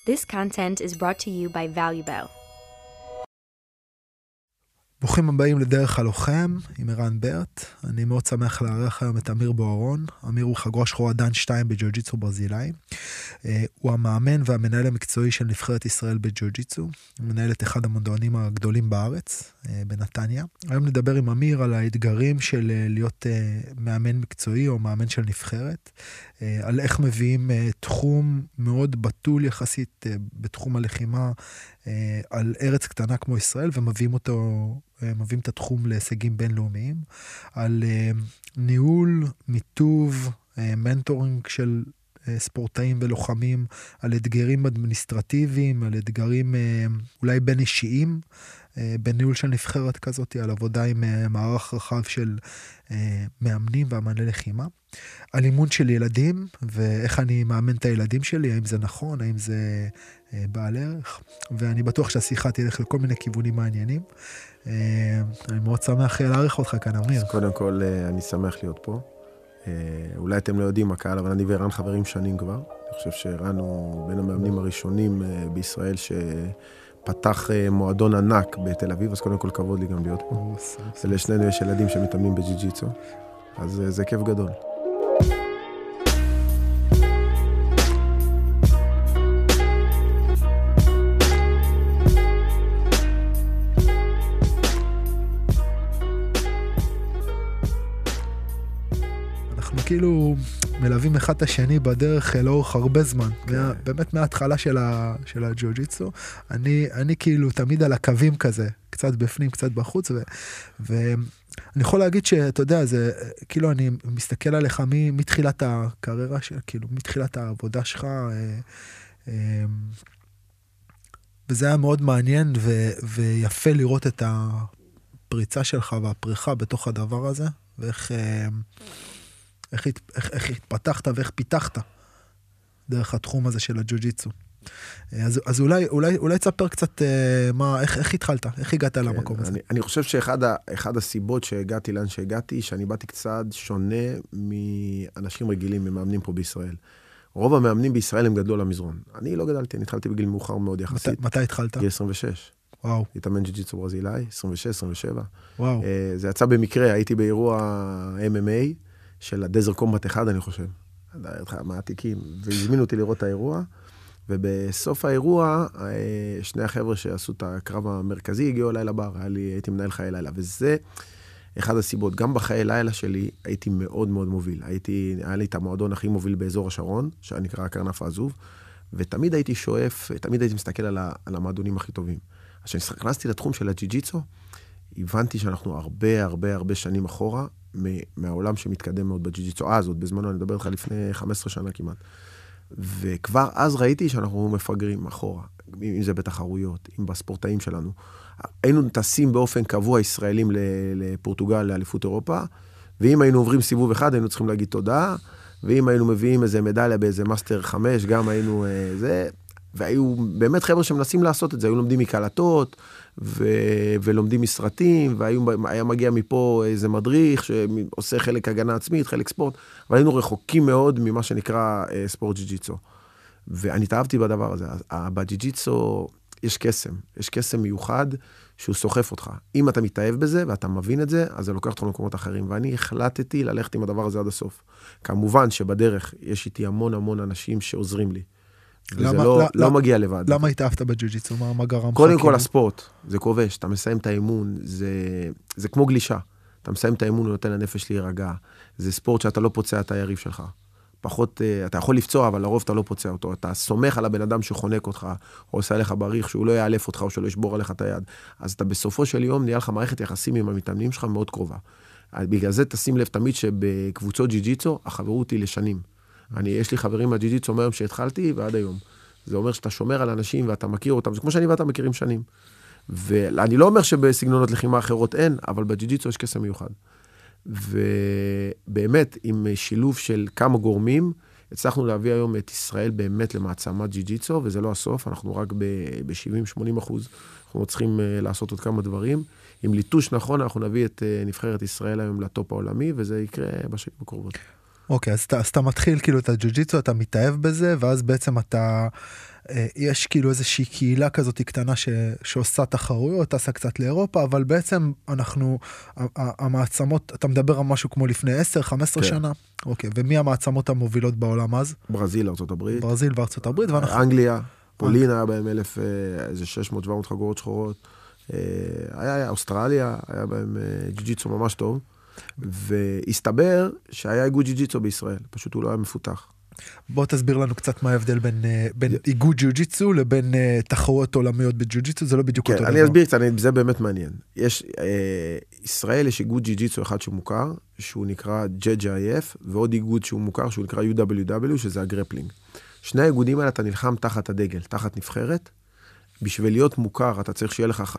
This content is brought to you by ValueBell. ברוכים הבאים לדרך הלוחם עם ערן ברט. אני מאוד שמח לארח היום את אמיר בוארון. אמיר הוא חגורה שחורה דן 2 בג'יוג'יצו ברזילאי. הוא המאמן והמנהל המקצועי של נבחרת ישראל בג'יוג'יצו. הוא מנהל את אחד המועדונים הגדולים בארץ, בנתניה. היום נדבר עם אמיר על האתגרים של להיות מאמן מקצועי או מאמן של נבחרת. על איך מביאים תחום מאוד בטול יחסית בתחום הלחימה על ארץ קטנה כמו ישראל, ומביאים את התחום להישגים בינלאומיים, על ניהול, מיטוב, מנטורינג של ספורטאים ולוחמים, על אתגרים אדמיניסטרטיביים, על אתגרים אולי בין אישיים, בניהול של נבחרת כזאת, על עבודה עם מערך רחב של מאמנים ואמני לחימה, על אימון של ילדים, ואיך אני מאמן את הילדים שלי, האם זה נכון, האם זה בעל ערך, ואני בטוח שהשיחה תלך לכל מיני כיוונים מעניינים. אני מאוד שמח להעריך אותך כאן, אמיר. קודם כל, אני שמח להיות פה. אולי אתם לא יודעים הקהל, אבל אני וערן חברים שנים כבר. אני חושב שערן הוא בין המאמנים הראשונים בישראל שפתח מועדון ענק בתל אביב, אז קודם כל כבוד לי גם להיות פה. ולשנינו יש ילדים שמתאמנים בג'יוג'יצו, אז זה כיף גדול. כאילו מלווים אחד את השני בדרך לאורך הרבה זמן, באמת מההתחלה של הג'יוג'יצו, אני כאילו תמיד על הקווים כזה, קצת בפנים, קצת בחוץ, ואני יכול להגיד שאתה יודע, זה כאילו אני מסתכל עליך מתחילת הקריירה, כאילו מתחילת העבודה שלך, וזה היה מאוד מעניין ויפה לראות את הפריצה שלך והפריחה בתוך הדבר הזה, ואיך איך התפתחת ואיך פיתחת דרך התחום הזה של הג'יוג'יצו. אז אולי תספר קצת איך התחלת, איך הגעת למקום הזה. אני חושב שאחד הסיבות שהגעתי לאן שהגעתי, שאני באתי קצת שונה מאנשים רגילים, ממאמנים פה בישראל. רוב המאמנים בישראל הם גדלו למזרון. אני לא גדלתי, אני התחלתי בגיל מאוחר מאוד יחסית. מתי התחלת? גיל 26. וואו. התאמן ג'יוג'יצו ברזילאי, 26, 27. וואו. זה יצא במקרה, הייתי באירוע MMA, של הדזר קומבט אחד, אני חושב. מעתיקים. והזמינו אותי לראות את האירוע, ובסוף האירוע, שני החבר'ה שעשו את הקרב המרכזי, הגיעו אליי לבר, הייתי מנהל חיי לילה, וזה אחד הסיבות. גם בחיי לילה שלי, הייתי מאוד מאוד מוביל. היה לי את המועדון הכי מוביל באזור השרון, שנקרא קרנף העזוב, ותמיד הייתי שואף, תמיד הייתי מסתכל על המועדונים הכי טובים. אז כשנכנסתי לתחום של הג'יוג'יצו, הבנתי שאנחנו הרבה שנים אחורה, מהעולם שמתקדם מאוד בג'יוג'יצו. אז עוד בזמנו, אני מדבר איתך לפני 15 שנה כמעט. וכבר אז ראיתי שאנחנו מפגרים אחורה, אם זה בתחרויות, אם בספורטאים שלנו. היינו טסים באופן קבוע ישראלים לפורטוגל, לאליפות אירופה, ואם היינו עוברים סיבוב אחד, היינו צריכים להגיד תודה, ואם היינו מביאים איזה מדליה באיזה מאסטר 5, גם היינו והיו באמת חבר'ה שמנסים לעשות את זה, היו לומדים מקלטות, ולומדים מסרטים, והיה מגיע מפה איזה מדריך, שעושה חלק הגנה עצמית, חלק ספורט, אבל היינו רחוקים מאוד ממה שנקרא ספורט ג'יוג'יצו. ואני התאהבתי בדבר הזה. בג'יוג'יצו יש קסם מיוחד, שהוא סוחף אותך. אם אתה מתאהב בזה, ואתה מבין את זה, אז זה לוקח אותך למקומות אחרים. ואני החלטתי ללכת עם הדבר הזה עד הסוף. כמובן שבדרך יש איתי המון אנשים שעוזרים לי. וזה לא מגיע לבד. למה התאהבת בג'יוג'יצו? מה גרם? קודם כל הספורט, זה כובש, אתה מסיים את האימון, זה כמו גלישה. אתה מסיים את האימון, הוא נותן לנפש להירגע. זה ספורט שאתה לא פוצע את היריב שלך. פחות, אתה יכול לפצוע, אבל לרוב אתה לא פוצע אותו. אתה סומך על הבן אדם שחונק אותך, או עושה עליך בריך, שהוא לא יאלף אותך, או שלא ישבור עליך את היד. אז אתה בסופו של יום נהיה לך מערכת יחסים עם המתאמנים שלך מאוד קרובה. בגלל זה תשים לב תמיד שבקבוצות ג'יוג'יצו, החברות היא לשנים. יש לי חברים מהג'יוג'יצו מהיום שהתחלתי ועד היום. זה אומר שאתה שומר על אנשים ואתה מכיר אותם. זה כמו שאני ואתה מכירים שנים. ואני לא אומר שבסגנונות לחימה אחרות אין, אבל בג'יוג'יצו יש קסם מיוחד. ובאמת, עם שילוב של כמה גורמים, הצלחנו להביא היום את ישראל באמת למעצמת ג'יוג'יצו, וזה לא הסוף, אנחנו רק ב-70-80%. אנחנו צריכים לעשות עוד כמה דברים. עם ליטוש נכון, אנחנו נביא את נבחרת ישראל היום לטופ העולמי, וזה יקרה בשנים הקרובות. אוקיי, אז אתה מתחיל כאילו את הג'יוג'יצו, אתה מתאהב בזה, ואז בעצם אתה יש כאילו איזושהי קהילה כזאת קטנה שעושה תחרויות, טסה קצת לאירופה, אבל בעצם המעצמות, אתה מדבר על משהו כמו לפני 10-15 שנה? אוקיי, ומי המעצמות המובילות בעולם אז? ברזיל, ארצות הברית. ברזיל וארצות הברית, אנגליה, פולין היה בהם איזה 600-700 חגורות שחורות. היה אוסטרליה, היה בהם ג'יוג'יצו ממש טוב. והסתבר שהיה איגוד ג'יוג'יצו בישראל, פשוט הוא לא היה מפותח. בוא תסביר לנו קצת מה ההבדל בין איגוד ג'יוג'יצו לבין תחרויות עולמיות בג'יוג'יצו, זה לא בדיוק אותו דבר. אני אסביר קצת, זה באמת מעניין. ישראל יש איגוד ג'יוג'יצו אחד שמוכר, שהוא נקרא JJIF, ועוד איגוד שהוא מוכר, שהוא נקרא UWW, שזה הגרפלינג. שני האיגודים האלה אתה נלחם תחת הדגל, תחת נבחרת. בשביל להיות מוכר, אתה צריך שיהיה לך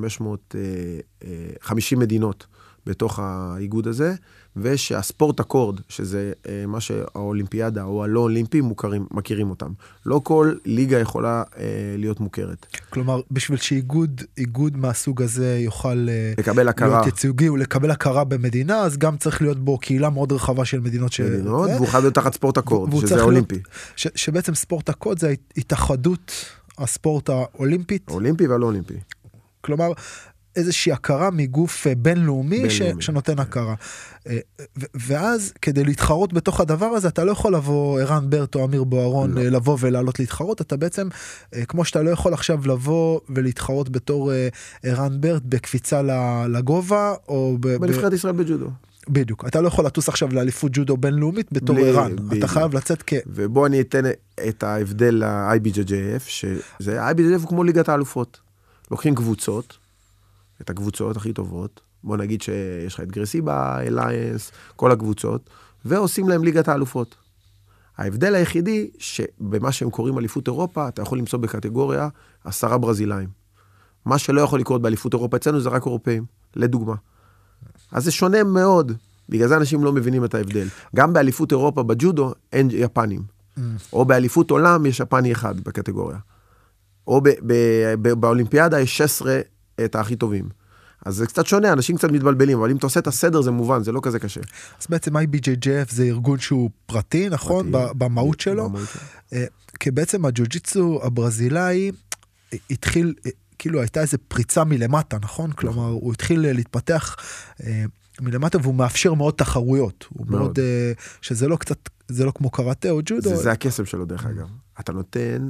550 מדינות בתוך האיגוד הזה, ושהספורט אקורד, שזה מה שהאולימפיאדה או הלא אולימפי מכירים אותם. לא כל ליגה יכולה להיות מוכרת. כלומר, בשביל שאיגוד מהסוג הזה יוכל לקבל הכרה. להיות ייצוגי ולקבל הכרה במדינה, אז גם צריך להיות בו קהילה מאוד רחבה של מדינות. והוא חייב להיות תחת ספורט אקורד, שזה האולימפי. שבעצם ספורט אקורד זה התאחדות הספורט האולימפית. האולימפי והלא אולימפי. כלומר, איזושהי הכרה מגוף בינלאומי שנותן הכרה. ואז כדי להתחרות בתוך הדבר הזה, אתה לא יכול לבוא ערן ברט או אמיר בוארון לבוא ולעלות להתחרות, אתה בעצם, כמו שאתה לא יכול עכשיו לבוא ולהתחרות בתור ערן ברט בקפיצה לגובה, או בנבחרת ישראל בג'ודו. בדיוק, אתה לא יכול לטוס עכשיו לאליפות ג'ודו בינלאומית בתור ערן, אתה חייב לצאת ובוא אני אתן את ההבדל ל-IBJJF, שזה IBJJF הוא כמו ליגת האלופות. לוקחים קבוצות, את הקבוצות הכי טובות, בוא נגיד שיש לך את גרסיבה, אליינס, כל הקבוצות, ועושים להם ליגת האלופות. ההבדל היחידי, שבמה שהם קוראים אליפות אירופה, אתה יכול למצוא בקטגוריה 10 ברזילאים. מה שלא יכול לקרות באליפות אירופה אצלנו זה רק אירופאים, לדוגמה. אז זה שונה מאוד, בגלל זה אנשים לא מבינים את ההבדל. גם באליפות אירופה בג'ודו אין יפנים, או באליפות עולם יש יפני אחד בקטגוריה. או באולימפיאדה יש 16 את הכי טובים. אז זה קצת שונה, אנשים קצת מתבלבלים, אבל אם אתה עושה את הסדר זה מובן, זה לא כזה קשה. אז בעצם IBJJF זה ארגון שהוא פרטי, נכון? במהות שלו. כי בעצם הג'יוג'יצו הברזילאי התחיל, כאילו הייתה איזו פריצה מלמטה, נכון? כלומר, הוא התחיל להתפתח מלמטה, והוא מאפשר מאוד תחרויות. הוא מאוד, שזה לא קצת, זה לא כמו קראטה או ג'ודו. זה הקסם שלו דרך אגב. אתה נותן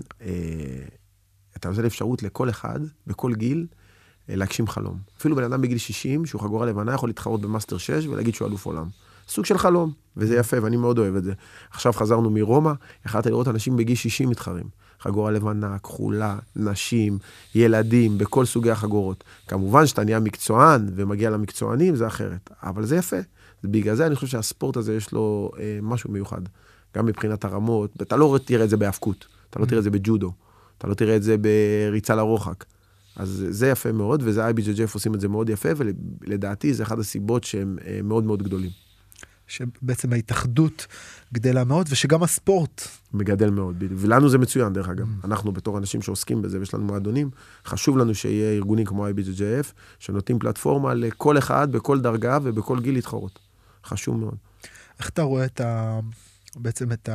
אפשרות לכל אחד, בכל גיל, להגשים חלום. אפילו בן אדם בגיל 60, שהוא חגורה לבנה, יכול להתחרות במאסטר 6 ולהגיד שהוא אלוף עולם. סוג של חלום, וזה יפה, ואני מאוד אוהב את זה. עכשיו חזרנו מרומא, יכולת לראות אנשים בגיל 60 מתחרים. חגורה לבנה, כחולה, נשים, ילדים, בכל סוגי החגורות. כמובן שאתה נהיה מקצוען ומגיע למקצוענים, זה אחרת. אבל זה יפה. בגלל זה אני חושב שהספורט הזה יש לו משהו מיוחד. גם מבחינת הרמות, אתה לא תראה את זה בהפקות, אתה לא תראה את זה בג'ודו, אתה לא תראה את זה בריצה לרוחק. אז זה יפה מאוד, וזה IBJJF עושים את זה מאוד יפה, ולדעתי זה אחד הסיבות שהם מאוד מאוד גדולים. שבעצם ההתאחדות גדלה מאוד, ושגם הספורט מגדל מאוד, ולנו זה מצוין דרך אגב. אנחנו בתור אנשים שעוסקים בזה, ויש לנו מועדונים, חשוב לנו שיהיה ארגונים כמו IBJJF, שנותנים פלטפורמה לכל אחד, בכל דרגה ובכל גיל להתחרות. חשוב מאוד. איך אתה רואה בעצם את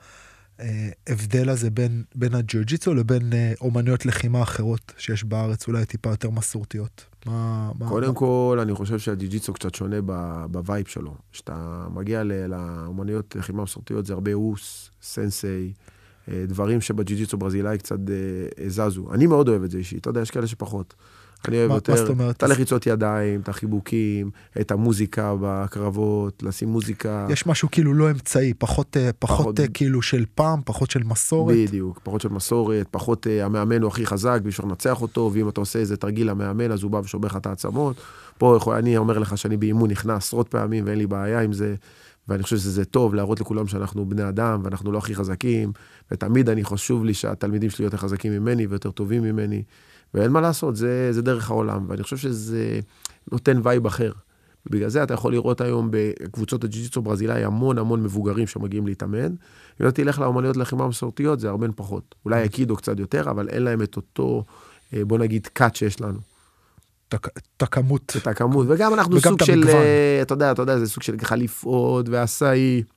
ההבדל הזה בין הג'יוג'יצו לבין אומנויות לחימה אחרות שיש בארץ, אולי טיפה יותר מסורתיות? קודם כל, אני חושב שהג'יוג'יצו קצת שונה בווייב שלו. כשאתה מגיע לאומנויות לחימה מסורתיות, זה הרבה אוס, סנסי, דברים שבג'יוג'יצו ברזילאי קצת זזו. אני מאוד אוהב את זה אישי, אתה יודע, יש כאלה שפחות. אני אוהב יותר את הלחיצות ידיים, את החיבוקים, את המוזיקה בקרבות, לשים מוזיקה. יש משהו כאילו לא אמצעי, פחות כאילו של פעם, פחות של מסורת. בדיוק, פחות של מסורת, פחות המאמן הוא הכי חזק, בשביל לנצח אותו, ואם אתה עושה איזה תרגיל למאמן, אז הוא בא ושובר לך את העצמות. פה אני אומר לך שאני באימון נכנס עשרות פעמים, ואין לי בעיה עם זה, ואני חושב שזה טוב להראות לכולם שאנחנו בני אדם, ואנחנו לא הכי חזקים, ותמיד אני חשוב לי שהתלמידים שלי יותר חזקים ממני, ויותר טובים ממני. ואין מה לעשות, זה דרך העולם, ואני חושב שזה נותן וייב אחר. ובגלל זה אתה יכול לראות היום בקבוצות הג'יוג'יצו ברזילאי המון מבוגרים שמגיעים להתאמן, אם אתה תלך לאומנויות לחימה מסורתיות, זה הרבה פחות. אולי הקידו קצת יותר, אבל אין להם את אותו, בוא נגיד, קאט שיש לנו. את הכמות. וגם אנחנו סוג של, אתה יודע, זה סוג של חליפות ועשאי,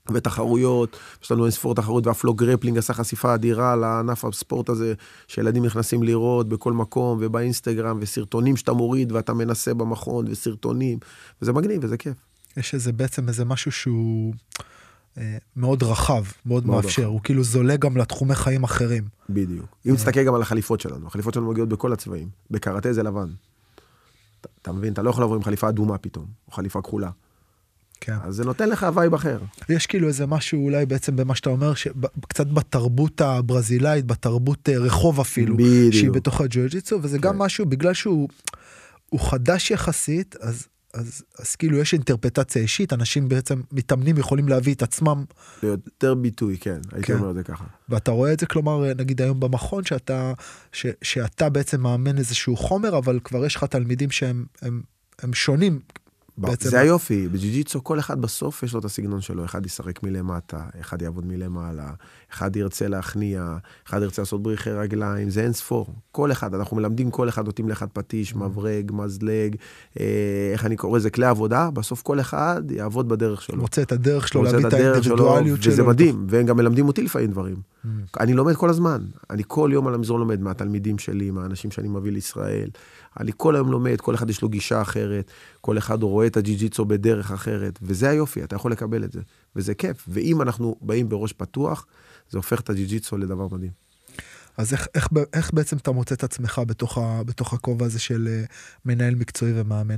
ותחרויות, יש לנו אין ספור תחרות, והפלו גרפלינג עשה חשיפה אדירה לענף הספורט הזה, שילדים נכנסים לראות בכל מקום, ובאינסטגרם, וסרטונים שאתה מוריד, ואתה מנסה במכון, וסרטונים, וזה מגניב, וזה כיף. יש בעצם איזה משהו שהוא מאוד רחב, מאוד מאפשר, הוא כאילו זולה גם לתחומי חיים אחרים. בדיוק. אם תסתכל גם על החליפות שלנו, החליפות שלנו מגיעות בכל הצבעים, בקראטה זה לבן. אתה מבין, אתה לא יכול לבוא עם חליפה אדומה פתאום, או חליפה כחולה. כן. אז זה נותן לך וייב אחר. יש כאילו איזה משהו אולי בעצם במה שאתה אומר, קצת בתרבות הברזילאית, בתרבות רחוב אפילו, בדיוק. שהיא בתוך הג'יוג'יצו, וזה גם משהו, בגלל שהוא חדש יחסית, אז כאילו יש אינטרפטציה אישית, אנשים בעצם מתאמנים יכולים להביא את עצמם. ליותר ביטוי, כן, הייתי אומר את זה ככה. ואתה רואה את זה, כלומר, נגיד היום במכון, שאתה בעצם מאמן איזשהו חומר, אבל כבר יש לך תלמידים שהם שונים. זה היופי, בג'יוג'יצו כל אחד בסוף יש לו את הסגנון שלו, אחד ישחק מלמטה, אחד יעבוד מלמעלה, אחד ירצה להכניע, אחד ירצה לעשות בריחי רגליים, זה אין ספור, כל אחד, אנחנו מלמדים כל אחד, נותנים לאחד פטיש, מברג, מזלג, איך אני קורא, זה כלי עבודה, בסוף כל אחד יעבוד בדרך שלו. מוצא את הדרך שלו, להביא את האינדיבידואליות שלו. וזה מדהים, והם גם מלמדים אותי לפעמים דברים. אני לומד כל הזמן, אני כל יום על המזרון לומד מהתלמידים שלי, מהאנשים שאני מביא לישראל. אני כל היום לומד, כל אחד יש לו גישה אחרת, כל אחד רואה את הג'יוג'יצו בדרך אחרת, וזה היופי, אתה יכול לקבל את זה, וזה כיף. ואם אנחנו באים בראש פתוח, זה הופך את הג'יוג'יצו לדבר מדהים. אז איך בעצם אתה מוצא את עצמך בתוך הכובע הזה של מנהל מקצועי ומאמן?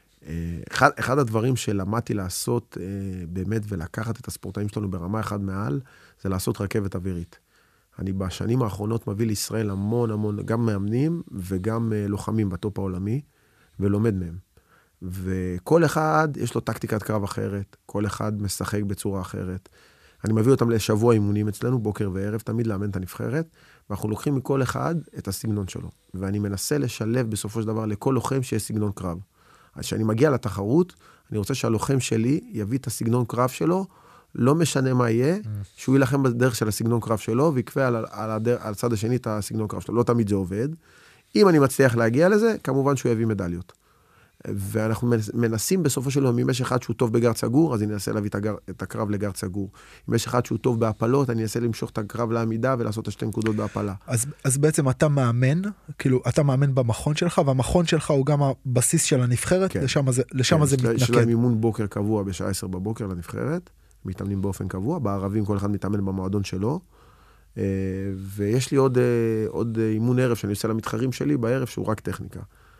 אחד הדברים שלמדתי לעשות באמת, ולקחת את הספורטאים שלנו ברמה אחד מעל, זה לעשות רכבת אווירית. אני בשנים האחרונות מביא לישראל המון, גם מאמנים וגם לוחמים בטופ העולמי, ולומד מהם. וכל אחד יש לו טקטיקת קרב אחרת, כל אחד משחק בצורה אחרת. אני מביא אותם לשבוע אימונים אצלנו, בוקר וערב, תמיד לאמן את הנבחרת, ואנחנו לוקחים מכל אחד את הסגנון שלו. ואני מנסה לשלב בסופו של דבר לכל לוחם שיש סגנון קרב. אז כשאני מגיע לתחרות, אני רוצה שהלוחם שלי יביא את הסגנון קרב שלו, לא משנה מה יהיה, שהוא ילחם בדרך של הסגנון קרב שלו, ויקפה על הצד השני את הסגנון קרב שלו. לא תמיד זה עובד. אם אני מצליח להגיע לזה, כמובן שהוא יביא מדליות. ואנחנו מנסים בסופו של יום, אם יש אחד שהוא טוב בגרד סגור, אז אני אנסה להביא את הקרב לגרד סגור. אם יש אחד שהוא טוב בהפלות, אני אנסה למשוך את הקרב לעמידה, ולעשות את השתי נקודות בהפלה. אז בעצם אתה מאמן, כאילו, אתה מאמן במכון שלך, והמכון שלך הוא גם הבסיס של הנבחרת, כן. לשם זה מתנקד. יש להם אימון בוקר קבוע בשעה 10 בבוקר לנבחרת, מתאמנים באופן קבוע, בערבים כל אחד מתאמן במועדון שלו, ויש לי עוד אימון ערב שאני עושה למתחרים שלי בערב, שהוא רק טכניקה.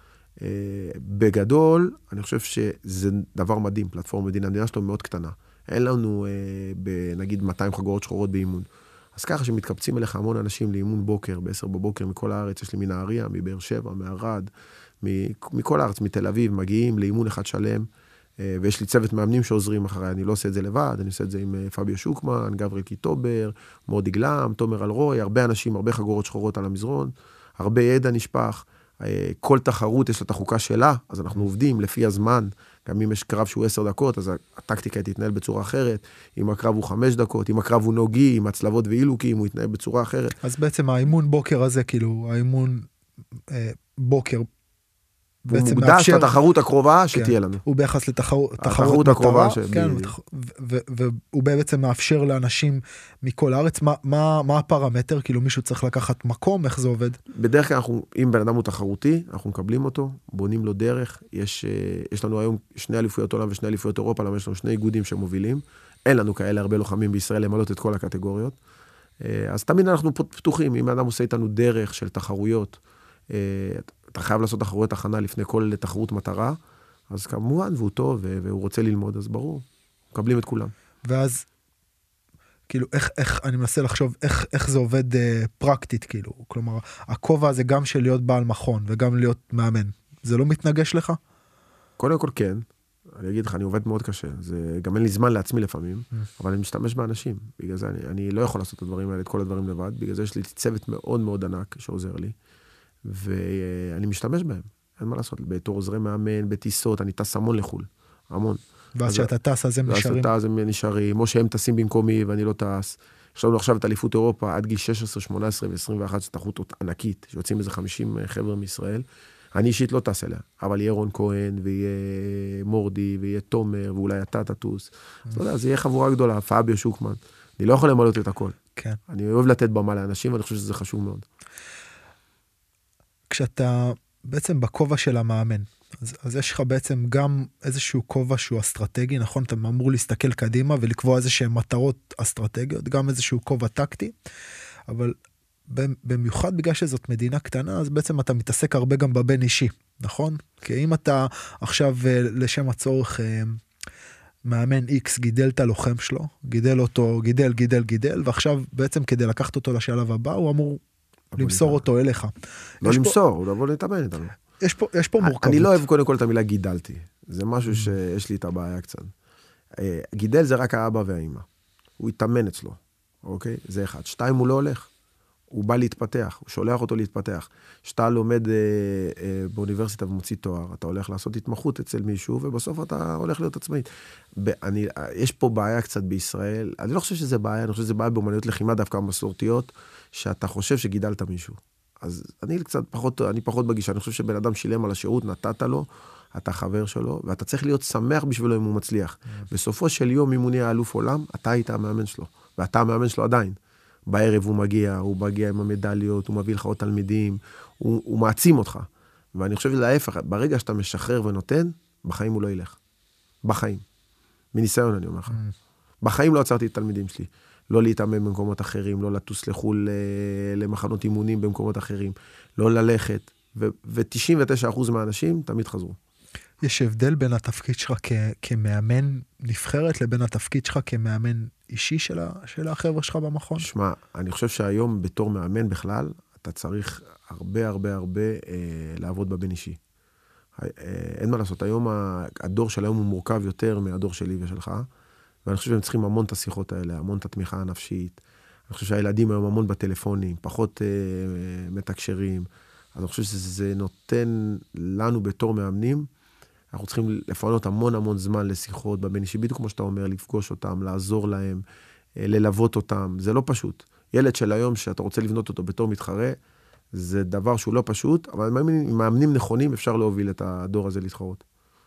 בגדול, אני חושב שזה דבר מדהים, פלטפורמה המדינה שלו מאוד קטנה. אין לנו, נגיד, 200 חגורות שחורות באימון. אז ככה שמתקבצים אליך המון אנשים לאימון בוקר, ב-10 בבוקר מכל הארץ, יש לי מנהריה, מבאר שבע, מערד, מכל הארץ, מתל אביב, מגיעים לאימון אחד שלם, ויש לי צוות מאמנים שעוזרים אחריי, אני לא עושה את זה לבד, אני עושה את זה עם פביו שוקמן, גבריאל קיטובר, מודי גלם, תומר אלרוי, הרבה אנשים, הרבה חגורות שחורות על המזרון, הרבה ידע נשפך, כל תחרות יש לה את החוקה שלה, אז אנחנו עובדים לפי הזמן, גם אם יש קרב שהוא 10 דקות, אז הטקטיקה תתנהל בצורה אחרת, אם הקרב הוא 5 דקות, אם הקרב הוא נוגי, עם הצלבות ואילוקים, הוא יתנהל בצורה אחרת. אז בעצם האימון בוקר הזה, כאילו, האימון בוקר, הוא מוקדש לתחרות הקרובה שתהיה לנו. הוא ביחס לתחרות הקרובה, והוא בעצם מאפשר לאנשים מכל הארץ, מה הפרמטר? כאילו מישהו צריך לקחת מקום, איך זה עובד? בדרך כלל, אם בן אדם הוא תחרותי, אנחנו מקבלים אותו, בונים לו דרך, יש לנו היום 2 אליפויות עולם ו2 אליפויות אירופה, למה יש לנו 2 איגודים שמובילים, אין לנו כאלה הרבה לוחמים בישראל למלות את כל הקטגוריות, אז תמיד אנחנו פתוחים, אם אדם עושה איתנו דרך של תחרויות, אתה חייב לעשות תחרויות הכנה לפני כל תחרות מטרה, אז כמובן, והוא טוב, והוא רוצה ללמוד, אז ברור, מקבלים את כולם. ואז, כאילו, איך אני מנסה לחשוב, איך זה עובד פרקטית, כאילו, כלומר, הכובע הזה גם של להיות בעל מכון, וגם להיות מאמן, זה לא מתנגש לך? קודם כל כן, אני אגיד לך, אני עובד מאוד קשה, זה גם אין לי זמן לעצמי לפעמים, אבל אני משתמש באנשים, בגלל זה אני לא יכול לעשות את הדברים האלה, את כל הדברים לבד, בגלל זה יש לי צוות מאוד מאוד ענק שעוזר לי, ואני משתמש בהם, אין מה לעשות, בתור עוזרי מאמן, בטיסות, אני טס המון לחול, המון. ואז שאתה טס, אז הם נשארים. ואז הם נשארים, או שהם טסים במקומי ואני לא טס. יש לנו עכשיו את אליפות אירופה, עד גיל 16, 18 ו-21, זו תחרות ענקית, שיוצאים איזה 50 חבר'ה מישראל. אני אישית לא טס אליה, אבל יהיה רון כהן, ויהיה מורדי, ויהיה תומר, ואולי אתה תטוס. אז אתה יודע, זה יהיה חבורה גדולה, פאביו שוקמן. אני לא יכול למלות את הכל. כן. אני אוהב לתת במה לאנשים, ואני חושב שזה חשוב מאוד. כשאתה בעצם בכובע של המאמן, אז יש לך בעצם גם איזשהו כובע שהוא אסטרטגי, נכון? אתה אמור להסתכל קדימה ולקבוע איזשהם מטרות אסטרטגיות, גם איזשהו כובע טקטי, אבל במיוחד בגלל שזאת מדינה קטנה, אז בעצם אתה מתעסק הרבה גם בבין אישי, נכון? כי אם אתה עכשיו לשם הצורך מאמן X גידל את הלוחם שלו, גידל אותו, גידל, ועכשיו בעצם כדי לקחת אותו לשלב הבא, הוא אמור למסור אותו אליך. לא למסור, הוא לבוא להתאמן איתנו. יש פה מורכבות. אני לא אוהב קודם כל את המילה גידלתי. זה משהו שיש לי את הבעיה קצת. גידל זה רק האבא והאמא. הוא יתאמן אצלו. אוקיי? זה אחד. 2, הוא לא הולך. הוא בא להתפתח. הוא שולח אותו להתפתח. שאתה לומד באוניברסיטה ומוציא תואר, אתה הולך לעשות התמחות אצל מישהו, ובסוף אתה הולך להיות עצמאית. יש פה בעיה קצת בישראל. אני לא חושב שזה בעיה, אני חושב שזה בעיה באומנויות לחימה דווקא מסורתיות, שאתה חושב שגידלת מישהו. אז אני פחות בגישה, אני חושב שבן אדם שילם על השירות, נתת לו, אתה חבר שלו, ואתה צריך להיות שמח בשבילו אם הוא מצליח. בסופו של יום, אם הוא נהיה אלוף עולם, אתה היית המאמן שלו, ואתה המאמן שלו עדיין. בערב הוא מגיע עם המדליות, הוא מביא לך עוד תלמידים, הוא מעצים אותך. ואני חושב להפך, ברגע שאתה משחרר ונותן, בחיים הוא לא ילך. בחיים. מניסיון אני אומר לך. בחיים לא עצרתי את תלמידים שלי. לא להתאמן במקומות אחרים, לא לטוס לחול למחנות אימונים במקומות אחרים, לא ללכת, ו-99% מהאנשים תמיד חזרו. יש הבדל בין התפקיד שלך כמאמן נבחרת, לבין התפקיד שלך כמאמן אישי של החבר'ה שלך במכון? שמע, אני חושב שהיום בתור מאמן בכלל, אתה צריך הרבה לעבוד בבין אישי. אין מה לעשות, היום הדור של היום הוא מורכב יותר מהדור שלי ושלך, ואני חושב שהם צריכים המון את השיחות האלה, המון את התמיכה הנפשית. אני חושב שהילדים היום המון בטלפונים, פחות מתקשרים. אז אני חושב שזה נותן לנו בתור מאמנים, אנחנו צריכים לפנות המון זמן לשיחות בבין אישי, בדיוק כמו שאתה אומר, לפגוש אותם, לעזור להם, ללוות אותם. זה לא פשוט. ילד של היום שאתה רוצה לבנות אותו בתור מתחרה, זה דבר שהוא לא פשוט, אבל עם מאמנים נכונים אפשר להוביל את הדור הזה להתחרות.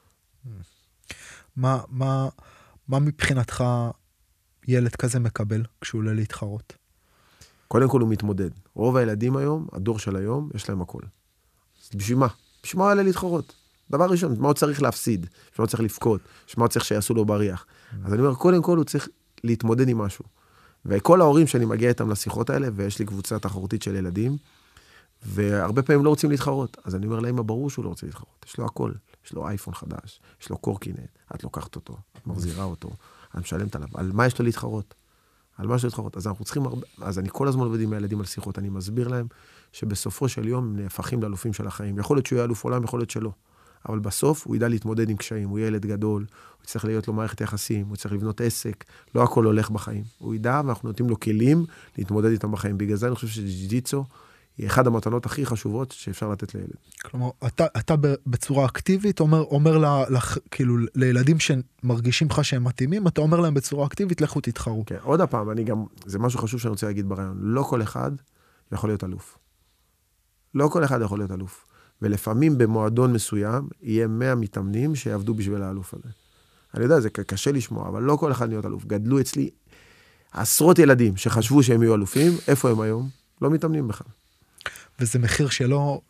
מה מבחינתך ילד כזה מקבל כשהוא עולה להתחרות? קודם כל הוא מתמודד. רוב הילדים היום, הדור של היום, יש להם הכל. בשביל מה? בשביל מה הוא עולה להתחרות? דבר ראשון, מה הוא צריך להפסיד? בשביל מה הוא צריך לפקוד? בשביל מה הוא צריך שיעשו לו בריח? אז אני אומר, קודם כל הוא צריך להתמודד עם משהו. וכל ההורים שאני מגיע איתם לשיחות האלה, ויש לי קבוצה תחרותית של ילדים, והרבה פעמים לא רוצים להתחרות. אז אני אומר להם, ברור שהוא לא רוצה להתחרות. יש לו הכל. יש לו אייפון חדש, יש לו קורקינט, את לוקחת אותו, את מחזירה אותו, את משלמת עליו. על מה יש לו להתחרות? על מה יש לו להתחרות? אז אנחנו צריכים אז אני כל הזמן עובד עם הילדים על שיחות, אני מסביר להם שבסופו של יום הם נהפכים לאלופים של החיים. יכול להיות שהוא יהיה אלוף עולם, יכול להיות שלא. אבל בסוף הוא ידע להתמודד עם קשיים, הוא ילד גדול, הוא צריך להיות לו מערכת יחסים, הוא צריך לבנות עסק, לא הכל הולך בחיים. הוא ידע ואנחנו נותנים לו כלים להתמודד איתם בחיים. בגלל זה אני חושב שג'יוג'יטסו היא אחד המתנות הכי חשובות שאפשר לתת לילד. כלומר, אתה בצורה אקטיבית אומר כאילו, לילדים שמרגישים לך שהם מתאימים, אתה אומר להם בצורה אקטיבית, לכו תתחרו. כן, עוד הפעם, זה משהו חשוב שאני רוצה להגיד ברעיון, לא כל אחד יכול להיות אלוף. לא כל אחד יכול להיות אלוף. ולפעמים במועדון מסוים, יהיה 100 מתאמנים שיעבדו בשביל האלוף הזה. אני יודע, זה קשה לשמוע, אבל לא כל אחד להיות אלוף. גדלו אצלי עשרות ילדים שחשבו שהם יהיו אלופים, איפה הם היום? לא מתאמנים בכלל. וזה מחיר שלא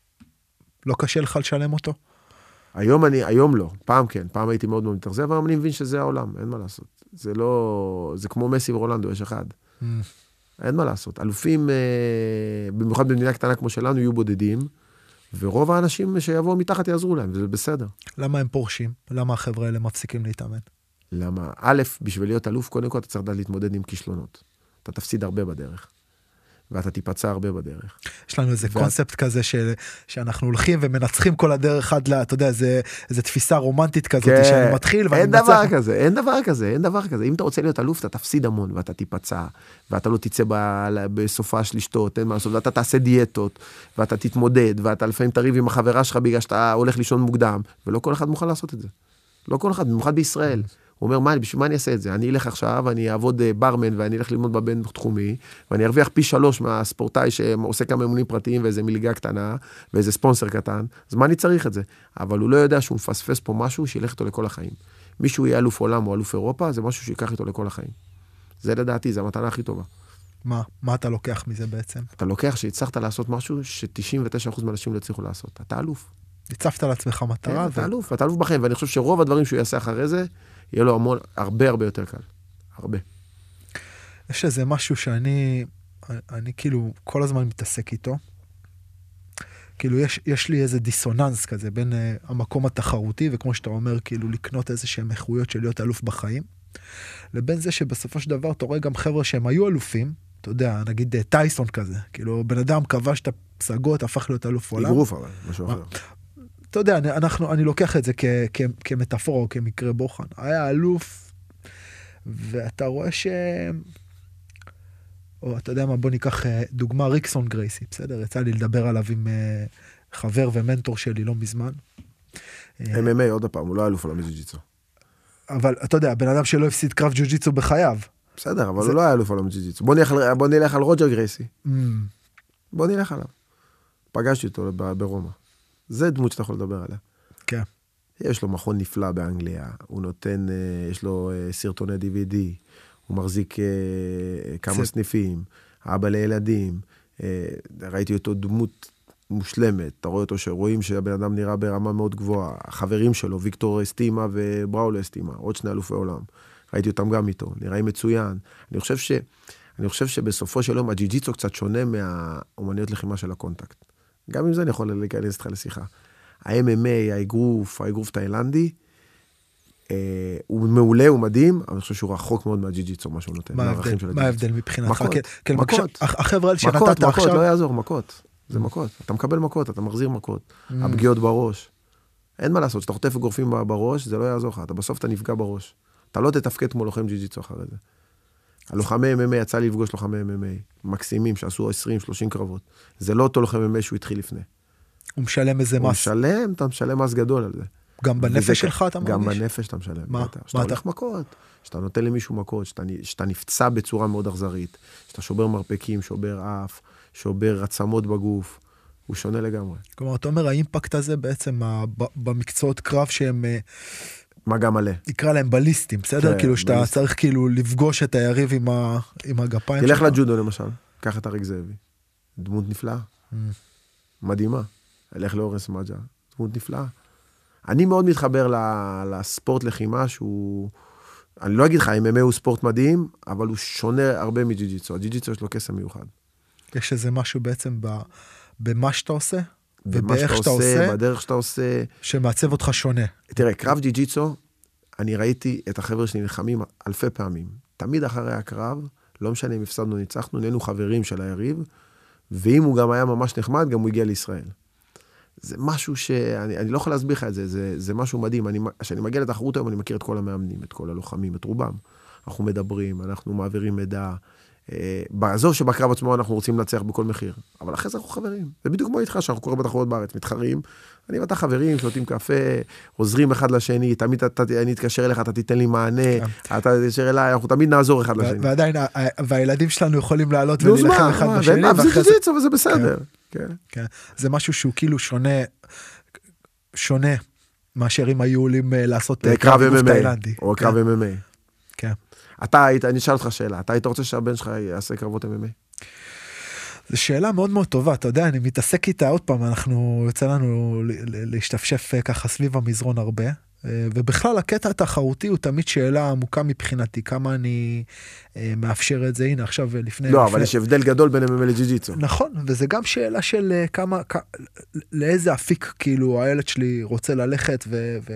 קשה לך לשלם אותו? היום לא. פעם כן. פעם הייתי מאוד מאוד מתאכזב, אבל אני מבין שזה העולם. אין מה לעשות. זה כמו מסי ורולנדו, יש אחד. אין מה לעשות. אלופים, במיוחד במדינה קטנה כמו שלנו, יהיו בודדים, ורוב האנשים שיבואו מתחת יעזרו להם, וזה בסדר. למה הם פורשים? למה החבר'ה האלה מפסיקים להתאמן? למה? א', בשביל להיות אלוף, קודם כל אתה צריך להתמודד עם כישלונות. אתה תפסיד הרבה בדרך. ואתה תיפצע הרבה בדרך. יש לנו איזה קונספט כזה שאנחנו הולכים ומנצחים כל הדרך עד אתה יודע, איזה תפיסה רומנטית כזאת שאני מתחיל ואני מנצח. אין דבר כזה. אם אתה רוצה להיות אלוף, אתה תפסיד המון ואתה תיפצע, ואתה לא תצא בסופה של לשתות, אין מה לעשות, ואתה תעשה דיאטות, ואתה תתמודד, ואתה לפעמים תריב עם החברה שלך בגלל שאתה הולך לישון מוקדם, ולא כל אחד מוכן לעשות את זה. לא כל אחד, במיוחד בישראל. הוא אומר, בשביל מה אני אעשה את זה? אני אלך עכשיו, אני אעבוד ברמן, ואני אלך ללמוד בבין תחומי, ואני ארוויח פי 3 מהספורטאי שעושה כמה אימונים פרטיים, ואיזה מלגה קטנה, ואיזה ספונסר קטן, אז מה אני צריך את זה? אבל הוא לא יודע שהוא מפספס פה משהו, שילך איתו לכל החיים. מישהו יהיה אלוף עולם או אלוף אירופה, זה משהו שיקח איתו לכל החיים. זה לדעתי, זה המתנה הכי טובה. מה אתה לוקח מזה בעצם? אתה לוקח שהצלחת לעשות משהו ש99% מהאנשים לא הצליחו לעשות. אתה אלוף. הצבת לעצמך מטרה. אתה אלוף בחיים, ואני חושב שרוב הדברים שהוא יעשה אחרי זה, יהיה לו הרבה יותר קל. הרבה. יש איזה משהו שאני כאילו כל הזמן מתעסק איתו. כאילו יש לי איזה דיסוננס כזה בין המקום התחרותי, וכמו שאתה אומר, כאילו לקנות איזה שהם איכויות של להיות אלוף בחיים, לבין זה שבסופו של דבר אתה רואה גם חבר'ה שהם היו אלופים, אתה יודע, נגיד טייסון כזה, כאילו בן אדם כבש את הפסגות, הפך להיות אלוף עולם. אגרוף אבל, משהו אחר. אתה יודע, אני לוקח את זה כמטאפורה או כמקרה בוחן. היה אלוף, ואתה רואה או אתה יודע מה, בוא ניקח דוגמה, ריקסון גרייסי, בסדר? יצא לי לדבר עליו עם חבר ומנטור שלי לא מזמן. MMA עוד הפעם, הוא לא אלוף עולם בג'יוג'יצו. אבל אתה יודע, בן אדם שלא הפסיד קרב ג'יוג'יצו בחייו. בסדר, אבל הוא לא היה אלוף עולם בג'יוג'יצו. בוא נלך על רוג'ר גרייסי. בוא נלך עליו. פגשתי אותו ברומא. זה דמות שאתה יכול לדבר עליה. כן. יש לו מכון נפלא באנגליה, הוא נותן, יש לו סרטוני DVD, הוא מחזיק כמה סניפים, אבא לילדים, ראיתי אותו דמות מושלמת, אתה רואה אותו שרואים שהבן אדם נראה ברמה מאוד גבוהה, החברים שלו, ויקטור אסטימה ובראולו אסטימה, עוד 2 אלופי עולם, ראיתי אותם גם איתו, נראים מצוין. אני חושב שבסופו של יום הג'יוג'יצו קצת שונה מהאומניות לחימה של הקונטקט. גם עם זה אני יכול להיכנס איתך לשיחה. ה-MMA, האגרוף תאילנדי, הוא מעולה, הוא מדהים, אבל אני חושב שהוא רחוק מאוד מהג'יוג'יצו, מה שהוא נותן. מה ההבדל מבחינתך? מכות. החבר'ה האלה שנתת עכשיו... מכות, לא יעזור, מכות. זה מכות. אתה מקבל מכות, אתה מחזיר מכות. הפגיעות בראש. אין מה לעשות, שאתה חוטף גורפים בראש, זה לא יעזור לך. בסוף אתה נפגע בראש. אתה לא תתפקד כמו לוחם ג'יוג'יצו אחרי זה. הלוחמי MMA, יצא לי לפגוש לוחמי MMA, מקסימים, שעשו 20-30 קרבות. זה לא אותו לוחם MMA שהוא התחיל לפני. הוא משלם איזה מס. אתה משלם מס גדול על זה. גם בנפש שלך אתה מרגיש? גם בנפש אתה משלם. מה? שאתה הולך מכות, שאתה נותן למישהו מכות, שאתה נפצע בצורה מאוד אכזרית, שאתה שובר מרפקים, שובר אף, שובר עצמות בגוף, הוא שונה לגמרי. כלומר, אתה אומר, האימפקט הזה בעצם במקצועות קרב שהם... מה גם מלא. נקרא להם בליסטים, בסדר? כאילו שאתה צריך כאילו לפגוש את היריב עם הגפיים שלך. תלך לג'ודו למשל, קח את אריק זאבי. דמות נפלאה. מדהימה. הלך לאורס מג'ה. דמות נפלאה. אני מאוד מתחבר לספורט לחימה שהוא... אני לא אגיד לך, MMA הוא ספורט מדהים, אבל הוא שונה הרבה מג'יוג'יצו. הג'יוג'יצו יש לו קסם מיוחד. יש איזה משהו בעצם במה שאתה עושה? במה שאתה עושה, בדרך שאתה עושה. שמעצב אותך שונה. תראה, קרב ג'יוג'יצו, אני ראיתי את החבר'ה שלי נלחמים אלפי פעמים. תמיד אחרי הקרב, לא משנה אם הפסדנו, ניצחנו, נהיינו חברים של היריב, ואם הוא גם היה ממש נחמד, גם הוא הגיע לישראל. זה משהו שאני לא יכול להסביר לך את זה, זה משהו מדהים. כשאני מגיע לתחרות היום, אני מכיר את כל המאמנים, את כל הלוחמים, את רובם. אנחנו מדברים, אנחנו מעבירים מידע. בעזוב שבקרב עצמו אנחנו רוצים לנצח בכל מחיר, אבל אחרי זה אנחנו חברים. זה בדיוק כמו איתך, שאנחנו קוראים בתחרות בארץ, מתחרים, אני ואתה חברים, שותים קפה, עוזרים אחד לשני, תמיד אני אתקשר אליך, אתה תיתן לי מענה, אתה תתקשר אליי, אנחנו תמיד נעזור אחד לשני. ועדיין, והילדים שלנו יכולים לעלות ולהילחם אחד בשני. וזה בסדר. זה משהו שהוא כאילו שונה מאשר אם היו עולים לעשות קרב MMA, או קרב MMA. כן. אני אשאל אותך שאלה, אתה היית רוצה שהבן שלך יעשה קרבות MMA? זו שאלה מאוד מאוד טובה, אתה יודע, אני מתעסק איתה עוד פעם, יוצא לנו להשתפשף ככה סביב המזרון הרבה, ובכלל הקטע התחרותי הוא תמיד שאלה עמוקה מבחינתי, כמה אני מאפשר את זה, הנה עכשיו לפני... לא, אבל יש הבדל גדול בין MMA לג'יוג'יצו. נכון, וזה גם שאלה של לאיזה אפיק כאילו הילד שלי רוצה ללכת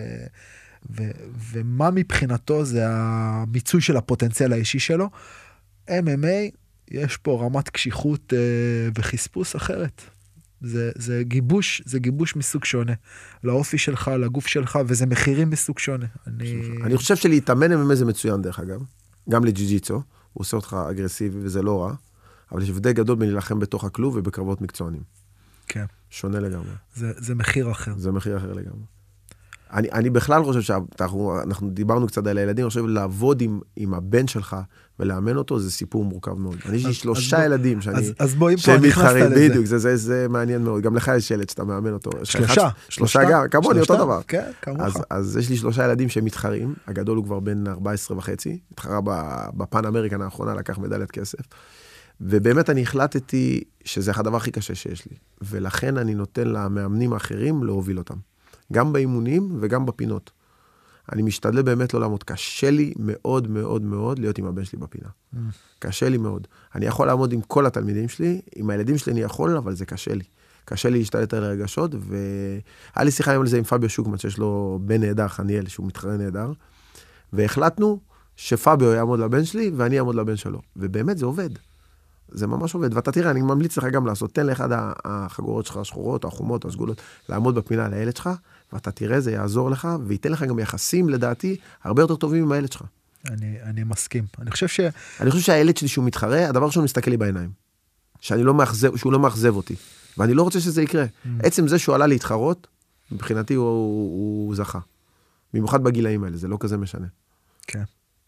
ומה מבחינתו זה המיצוי של הפוטנציאל האישי שלו. MMA, יש פה רמת קשיחות וחספוס אחרת. זה גיבוש מסוג שונה. לאופי שלך, לגוף שלך, וזה מחירים מסוג שונה. אני חושב שלהתאמן MMA זה מצוין דרך אגב. גם לג'יוג'יצו, הוא עושה אותך אגרסיבי וזה לא רע, אבל יש הבדל גדול בין להילחם בתוך הכלוב ובקרבות מקצוענים. כן. שונה לגמרי. זה מחיר אחר. זה מחיר אחר לגמרי. אני בכלל חושב שאנחנו דיברנו קצת על הילדים, אני חושב לעבוד עם הבן שלך ולאמן אותו, זה סיפור מורכב מאוד. אני יש לי 3 ילדים שהם מתחרים, בדיוק, זה מעניין מאוד. גם לך יש ילד שאתה מאמן אותו. 3 גם, כמוני, אותו דבר. כן, כמוך. אז יש לי 3 ילדים שהם מתחרים, הגדול הוא כבר בן 14.5, התחרה בפן אמריקן האחרונה, לקח מדליית כסף. ובאמת אני החלטתי שזה הדבר הכי קשה שיש לי. ולכן אני נותן למאמנים האחרים להוביל אותם. גם באימונים וגם בפינות. אני משתדל באמת לא לעמוד. קשה לי מאוד מאוד מאוד להיות עם הבן שלי בפינה. קשה לי מאוד. אני יכול לעמוד עם כל התלמידים שלי, עם הילדים שלי אני יכול, אבל זה קשה לי. קשה לי להשתלט על הרגשות, והיה לי שיחה היום על זה עם פביו שוקמן, שיש לו בן נהדר, חניאל, שהוא מתחרה נהדר, והחלטנו שפביו יעמוד לבן שלי, ואני אעמוד לבן שלו. ובאמת זה עובד. זה ממש עובד, ואתה תראה, אני ממליץ לך גם לעשות, תן לאחד החגורות שלך, השחורות, החומות, הסגולות, לעמוד בפינה לילד שלך, ואתה תראה, זה יעזור לך, וייתן לך גם יחסים, לדעתי, הרבה יותר טובים עם הילד שלך. אני מסכים. אני חושב שהילד שלי שהוא מתחרה, הדבר שהוא מסתכל לי בעיניים. שהוא לא מאכזב אותי. ואני לא רוצה שזה יקרה. עצם זה שהוא עלה להתחרות, מבחינתי הוא זכה. במיוחד בגילאים האלה, זה לא כזה משנה. כן.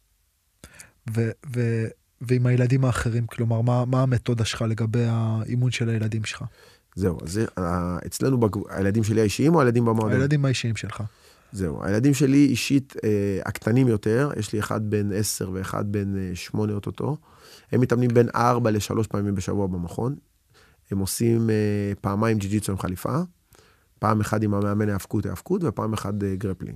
ועם הילדים האחרים, כלומר, מה המתודה שלך לגבי האימון של הילדים שלך? זהו, אז אצלנו הילדים שלי האישיים או הילדים במועדון? הילדים האישיים שלך. זהו, הילדים שלי אישית הקטנים יותר, יש לי אחד בן 10 ואחד בן 8 אותו. הם מתאמנים בין 4 ל3 פעמים בשבוע במכון. הם עושים פעמיים ג'י-ג'יצו עם חליפה, פעם אחד עם המאמן ההאבקות, ופעם אחד גרפלינג.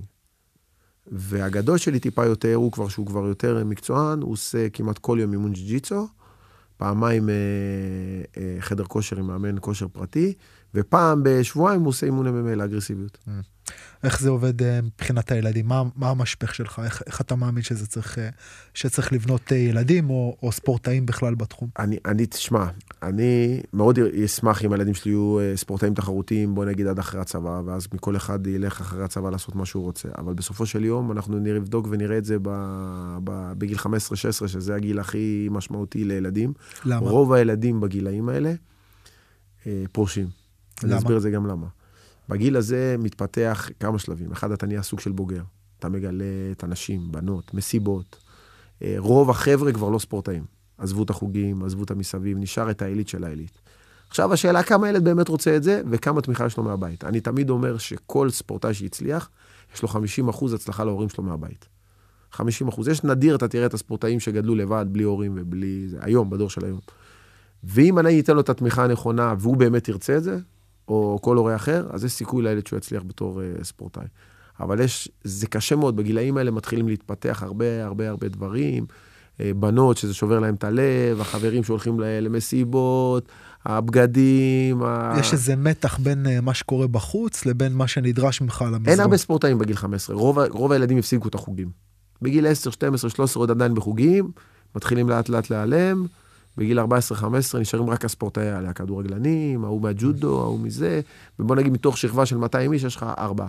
והגדול שלי טיפה יותר, שהוא כבר יותר מקצוען, הוא עושה כמעט כל יום אימון ג'י-ג'יצו, פעמיים חדר כושר עם מאמן כושר פרטי, ופעם בשבועיים הוא עושה אימון MMA לאגרסיביות. איך זה עובד מבחינת הילדים? מה המשפך שלך? איך אתה מאמין שצריך לבנות ילדים או ספורטאים בכלל בתחום? תשמע, אני מאוד אשמח אם הילדים שלי יהיו ספורטאים תחרותיים, בוא נגיד עד אחרי הצבא, ואז מכל אחד ילך אחרי הצבא לעשות מה שהוא רוצה. אבל בסופו של יום אנחנו נבדוק ונראה את זה בגיל 15-16, שזה הגיל הכי משמעותי לילדים. למה? רוב הילדים בגילאים האלה פורשים. אני אסביר את זה גם למה. בגיל הזה מתפתח כמה שלבים. אחד, אתה נהיה סוג של בוגר. אתה מגלה את אנשים, בנות, מסיבות. רוב החבר'ה כבר לא ספורטאים. עזבו את החוגים, עזבו את המסביב, נשאר את העילית של העילית. עכשיו, השאלה כמה ילד באמת רוצה את זה, וכמה תמיכה יש לו מהבית. אני תמיד אומר שכל ספורטאי שהצליח, יש לו 50% הצלחה להורים שלו מהבית. 50%. יש נדיר, אתה תראה את הספורטאים שגדלו לבד, בלי הורים ובלי זה, היום, בדור של היום. ואם אני אתן לו את התמיכה הנכונה, והוא באמת ירצה את זה, או כל הורה אחר, אז יש סיכוי לילד שהוא יצליח בתור ספורטאי. אבל זה קשה מאוד, בגילאים האלה מתחילים להתפתח הרבה דברים, בנות שזה שובר להם את הלב, החברים שהולכים למסיבות, הבגדים. יש איזה מתח בין מה שקורה בחוץ, לבין מה שנדרש ממך למזרון. אין הרבה ספורטאים בגיל 15, רוב הילדים הפסיקו את החוגים. בגיל 10, 12, 13 עוד עדיין בחוגים, מתחילים לאט להיעלם, בגיל 14-15 נשארים רק הספורטאי האלה, הכדורגלנים, ההוא מהג'ודו, ההוא מזה, ובוא נגיד מתוך שכבה של 200 איש, יש לך 4.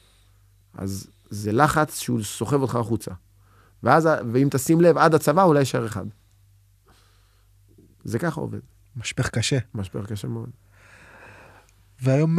אז זה לחץ שהוא סוחב אותך החוצה. ואם תשים לב, עד הצבא אולי יישאר אחד. זה ככה עובד. משפך קשה. משפך קשה מאוד. והיום,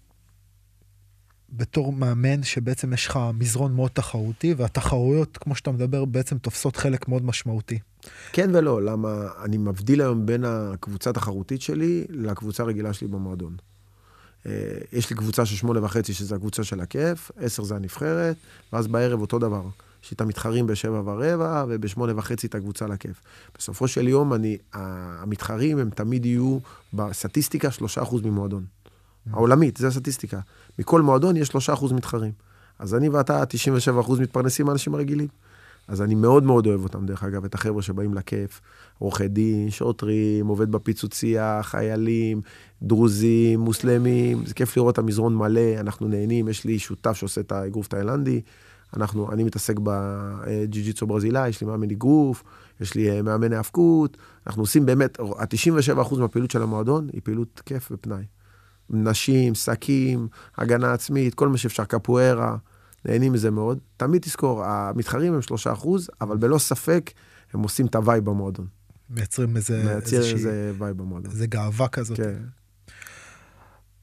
בתור מאמן שבעצם יש לך מזרון מאוד תחרותי, והתחרויות, כמו שאתה מדבר, בעצם תופסות חלק מאוד משמעותי. כן ולא, למה אני מבדיל היום בין הקבוצה התחרותית שלי לקבוצה הרגילה שלי במועדון. יש לי קבוצה של 8.5, שזה הקבוצה של הכיף, 10 זה הנבחרת, ואז בערב אותו דבר. יש את המתחרים ב7:15, וב8.5 את הקבוצה לכיף. בסופו של יום, המתחרים הם תמיד יהיו בסטטיסטיקה 3% ממועדון. העולמית, זה הסטטיסטיקה. מכל מועדון יש 3% מתחרים. אז אני ואתה 97% מתפרנסים מהאנשים הרגילים. אז אני מאוד מאוד אוהב אותם, דרך אגב, את החבר'ה שבאים לכיף, עורכי דין, שוטרים, עובד בפיצוציה, חיילים, דרוזים, מוסלמים, זה כיף לראות המזרון מלא, אנחנו נהנים, יש לי שותף שעושה את האגרוף תאילנדי, אני מתעסק בג'י-ג'יצו ברזילאי, יש לי מאמן אגרוף, יש לי מאמן האבקות, אנחנו עושים באמת, 97% מהפעילות של המועדון היא פעילות כיף ופנאי. נשים, שקים, הגנה עצמית, כל מה שאפשר, קפוארה, נהנים מזה מאוד. תמיד תזכור, המתחרים הם 3%, אבל בלא ספק הם עושים את הווייב במועדון. מייצרים איזה וייב במועדון. איזה גאווה כזאת. כן.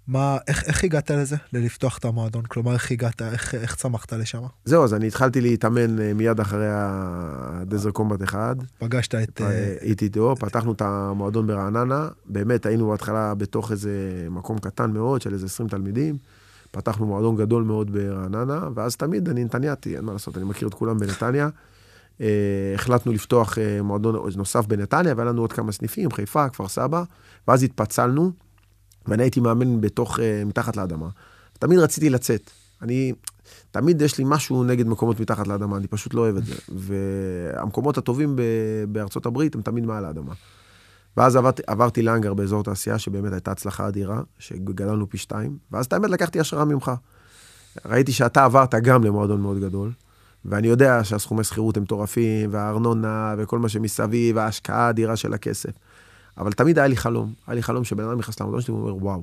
איך הגעת לזה? ללפתוח את המועדון? כלומר, איך הגעת, איך צמחת לשם? זהו, אז אני התחלתי להתאמן מיד אחרי הדזר קומבט 1. פגשת את... איתו, פתחנו את המועדון ברעננה, באמת היינו בהתחלה בתוך איזה מקום קטן מאוד, של איזה 20 תלמידים, פתחנו מועדון גדול מאוד ברעננה, ואז תמיד אני נתניאתי, אין מה לעשות, אני מכיר את כולם בנתניה, החלטנו לפתוח מועדון נוסף בנתניה, והיה לנו עוד כמה סניפים, חיפה, כפר סבא, ואז התפצלנו, ואני הייתי מאמן מתחת לאדמה. תמיד רציתי לצאת. תמיד יש לי משהו נגד מקומות מתחת לאדמה, אני פשוט לא אוהב את זה. והמקומות הטובים בארצות הברית הם תמיד מעל האדמה. ואז עברתי לאנגר באזור תעשייה, שבאמת הייתה הצלחה אדירה, שגדלנו פי 2, ואז האמת לקחתי השראה ממך. ראיתי שאתה עברת גם למועדון מאוד גדול, ואני יודע שהסכומי שכירות הם מטורפים, והארנונה, וכל מה שמסביב, וההשקעה האדירה של הכסף. אבל תמיד היה לי חלום שבן אדם נכנס למועדון שלי, הוא אומר, וואו.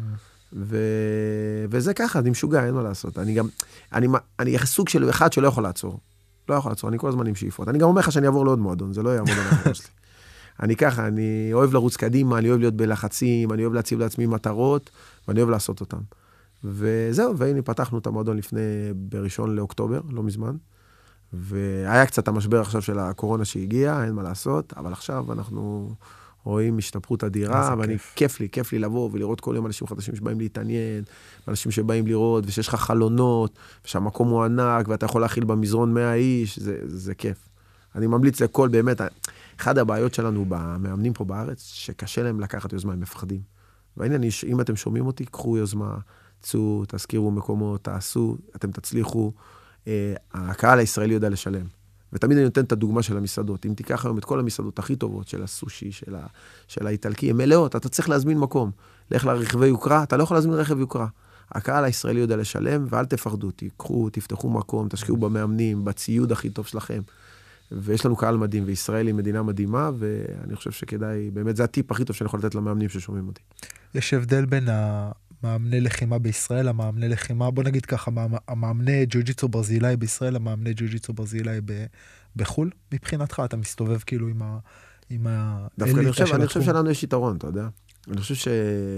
וזה ככה, אני משוגע, אין מה לעשות. אני סוג של אחד שלא יכול לעצור. לא יכול לעצור, אני כל הזמן עם שאיפות. אני גם אומר לך שאני אעבור לעוד מועדון, זה לא יהיה המועדון האחרון שלי. אני ככה, אני אוהב לרוץ קדימה, אני אוהב להיות בלחצים, אני אוהב להציב לעצמי מטרות, ואני אוהב לעשות אותם. וזהו, והנה פתחנו את המועדון בראשון לאוקטובר, לא מזמן. והיה קצת המשבר עכשיו של הקורונה שהגיעה, אין מה לעשות, אבל עכשיו אנחנו רואים השתפרות אדירה, ואני כיף לי לבוא ולראות כל יום אנשים חדשים שבאים להתעניין, אנשים שבאים לראות, ושיש לך חלונות, ושהמקום הוא ענק, ואתה יכול להכיל במזרון 100 איש, זה כיף. אני ממליץ לכל באמת, אחד הבעיות שלנו במאמנים פה בארץ, שקשה להם לקחת יוזמה, הם מפחדים. והנה, אם אתם שומעים אותי, קחו יוזמה, צאו, תזכירו מקומות, תעשו, אתם תצליחו, הקהל הישראלי יודע לשלם. ותמיד אני נותן את הדוגמה של המסעדות. אם תיקח היום את כל המסעדות הכי טובות, של הסושי, של האיטלקי, הן מלאות, אתה צריך להזמין מקום. לך לרכבי יוקרה, אתה לא יכול להזמין רכב יוקרה. הקהל הישראלי יודע לשלם, ואל תפחדו, תיקחו, תפתחו מקום, תשקיעו במאמנים, בציוד הכי טוב שלכם. ויש לנו קהל מדהים, וישראל היא מדינה מדהימה, ואני חושב שכדאי, באמת זה הטיפ הכי טוב שאני יכול לתת למאמנים ששומעים אותי. יש הבדל בין המאמני לחימה בישראל, המאמני לחימה, בוא נגיד ככה, המאמני ג'ו-ג'יצו ברזילאי בישראל, המאמני ג'ו-ג'יצו ברזילאי בחול, מבחינתך, אתה מסתובב כאילו עם דווקא אני חושב שלנו יש יתרון, אתה יודע? אני חושב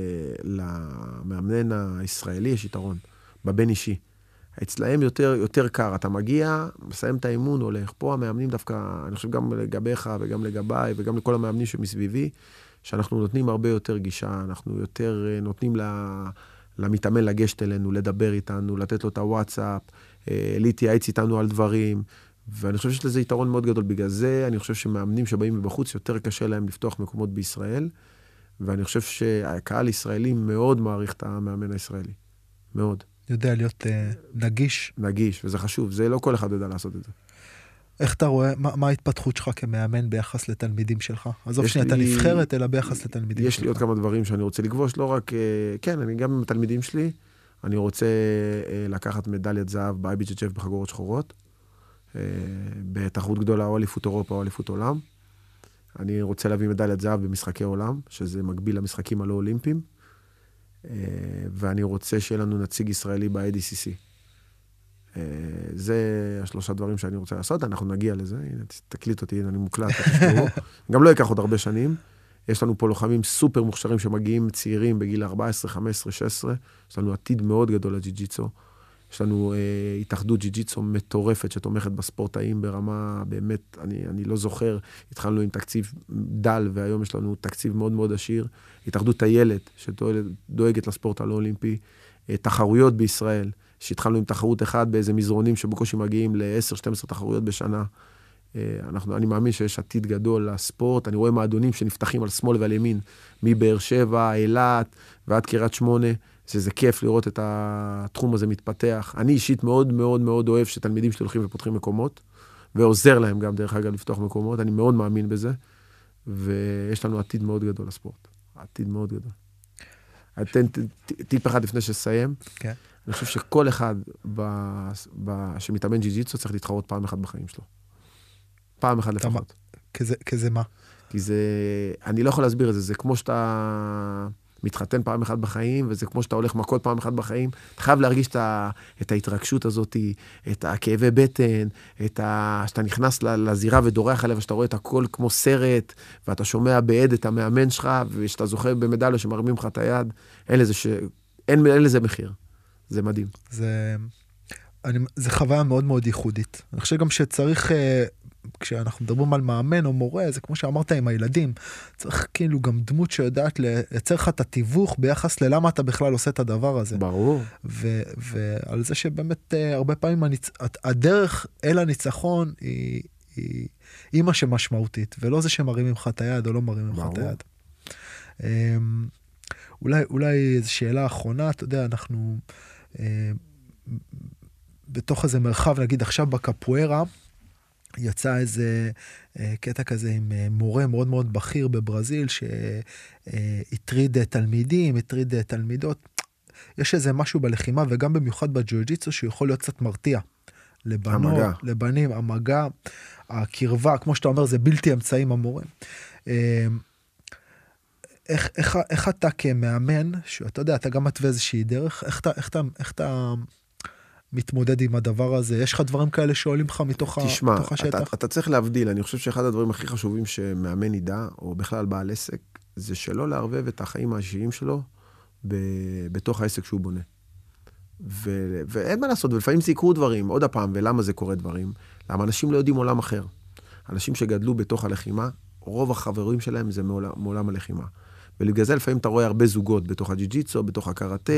שלמאמנן הישראלי יש יתרון, בבין אישי. אצלהם יותר קר, אתה מגיע, מסיים את האימון, הולך. פה המאמנים דווקא, אני חושב גם לגביך וגם לגביי וגם לכל המאמנים שמסביבי, שאנחנו נותנים הרבה יותר גישה, אנחנו יותר נותנים למתאמן לגשת אלינו, לדבר איתנו, לתת לו את הוואטסאפ, להתייעץ איתנו על דברים, ואני חושב שיש לזה יתרון מאוד גדול. בגלל זה אני חושב שמאמנים שבאים מבחוץ יותר קשה להם לפתוח מקומות בישראל, ואני חושב שהקהל הישראלי מאוד מעריך את המאמן הישראלי. מאוד. יודע להיות נגיש. נגיש, וזה חשוב. זה לא כל אחד יודע לעשות את זה. איך אתה רואה, מה ההתפתחות שלך כמאמן ביחס לתלמידים שלך? עזוב שנייה, אתה נבחרת, אלא ביחס לתלמידים שלך. יש לי עוד כמה דברים שאני רוצה לגבוש, לא רק, כן, אני גם עם התלמידים שלי, אני רוצה לקחת מדליית זהב ב-IBJJF בחגורות שחורות, בתחרות גדולה, או אליפות אירופה או אליפות עולם. אני רוצה להביא מדליית זהב במשחקי עולם, שזה מקביל למשחקים הלא אולימפיים, ואני רוצה שיהיה לנו נציג ישראלי ב-ADCC. זה השלושה דברים שאני רוצה לעשות, אנחנו נגיע לזה, הנה, תקליט אותי, אני מוקלט, גם לא ייקח עוד הרבה שנים, יש לנו פה לוחמים סופר מוכשרים שמגיעים צעירים בגיל 14, 15, 16, יש לנו עתיד מאוד גדול לג'י-ג'יצו, יש לנו התאחדות ג'י-ג'יצו מטורפת שתומכת בספורטאים ברמה, באמת, אני לא זוכר, התחלנו עם תקציב דל, והיום יש לנו תקציב מאוד מאוד עשיר, התאחדות הילד שדואגת לספורט הלא אולימפי, תחרויות בישראל, שהתחלנו עם תחרות אחד באיזה מזרונים שבקושי מגיעים ל-10-12 תחרויות בשנה. אני מאמין שיש עתיד גדול לספורט, אני רואה מועדונים שנפתחים על שמאל ועל ימין, מבאר שבע, אילת ועד קריית שמונה, שזה כיף לראות את התחום הזה מתפתח. אני אישית מאוד מאוד מאוד אוהב שתלמידים שלי הולכים ופותחים מקומות, ועוזר להם גם דרך אגב לפתוח מקומות, אני מאוד מאמין בזה, ויש לנו עתיד מאוד גדול לספורט. עתיד מאוד גדול. אתן טיפ אחד לפני שסיים. כן. אני חושב שכל אחד שמתאמן ג'י-ג'יצו צריך להתחרות פעם אחת בחיים שלו. פעם אחת לפחות. כזה מה? כי זה, אני לא יכול להסביר את זה, זה כמו שאתה מתחתן פעם אחת בחיים, וזה כמו שאתה הולך מכות פעם אחת בחיים, אתה חייב להרגיש את ההתרגשות הזאת, את הכאבי בטן, שאתה נכנס לזירה ודורח עליה, ושאתה רואה את הכל כמו סרט, ואתה שומע בעד את המאמן שלך, ושאתה זוכה במדליה שמרמים לך את היד, אין לזה אין לזה מחיר. זה מדהים. זה חוויה מאוד מאוד ייחודית. אני חושב גם שצריך, כשאנחנו מדברים על מאמן או מורה, זה כמו שאמרת עם הילדים, צריך כאילו גם דמות שיודעת לייצר לך את התיווך ביחס ללמה אתה בכלל עושה את הדבר הזה. ברור. ועל זה שבאמת הרבה פעמים הדרך אל הניצחון היא מה שמשמעותית, ולא זה שמרימים לך את היד או לא מרימים לך את היד. אולי איזו שאלה האחרונה, אתה יודע, אנחנו בתוך איזה מרחב, נגיד עכשיו בקפוארה, יצא איזה קטע כזה עם מורה מאוד מאוד בכיר בברזיל, שהטריד תלמידים, הטריד תלמידות. יש איזה משהו בלחימה, וגם במיוחד בג'יוג'יצו, שיכול להיות קצת מרתיע. לבנות, לבנים, המגע, הקרבה, כמו שאתה אומר, זה בלתי אמצעים המורים. איך אתה כמאמן, שאתה יודע, אתה גם מתווה איזושהי דרך, איך אתה מתמודד עם הדבר הזה? יש לך דברים כאלה שעולים לך מתוך השטח? תשמע, אתה צריך להבדיל. אני חושב שאחד הדברים הכי חשובים שמאמן ידע, או בכלל בעל עסק, זה שלא לערבב את החיים האישיים שלו בתוך העסק שהוא בונה. ואין מה לעשות, ולפעמים זה יקרו דברים, עוד הפעם, ולמה זה קורה דברים? למה אנשים לא יודעים עולם אחר. אנשים שגדלו בתוך הלחימה, רוב החברים שלהם זה מעולם הלחימה. ולגלל זה לפעמים אתה רואה הרבה זוגות בתוך הג'יוג'יצו, בתוך הקראטה,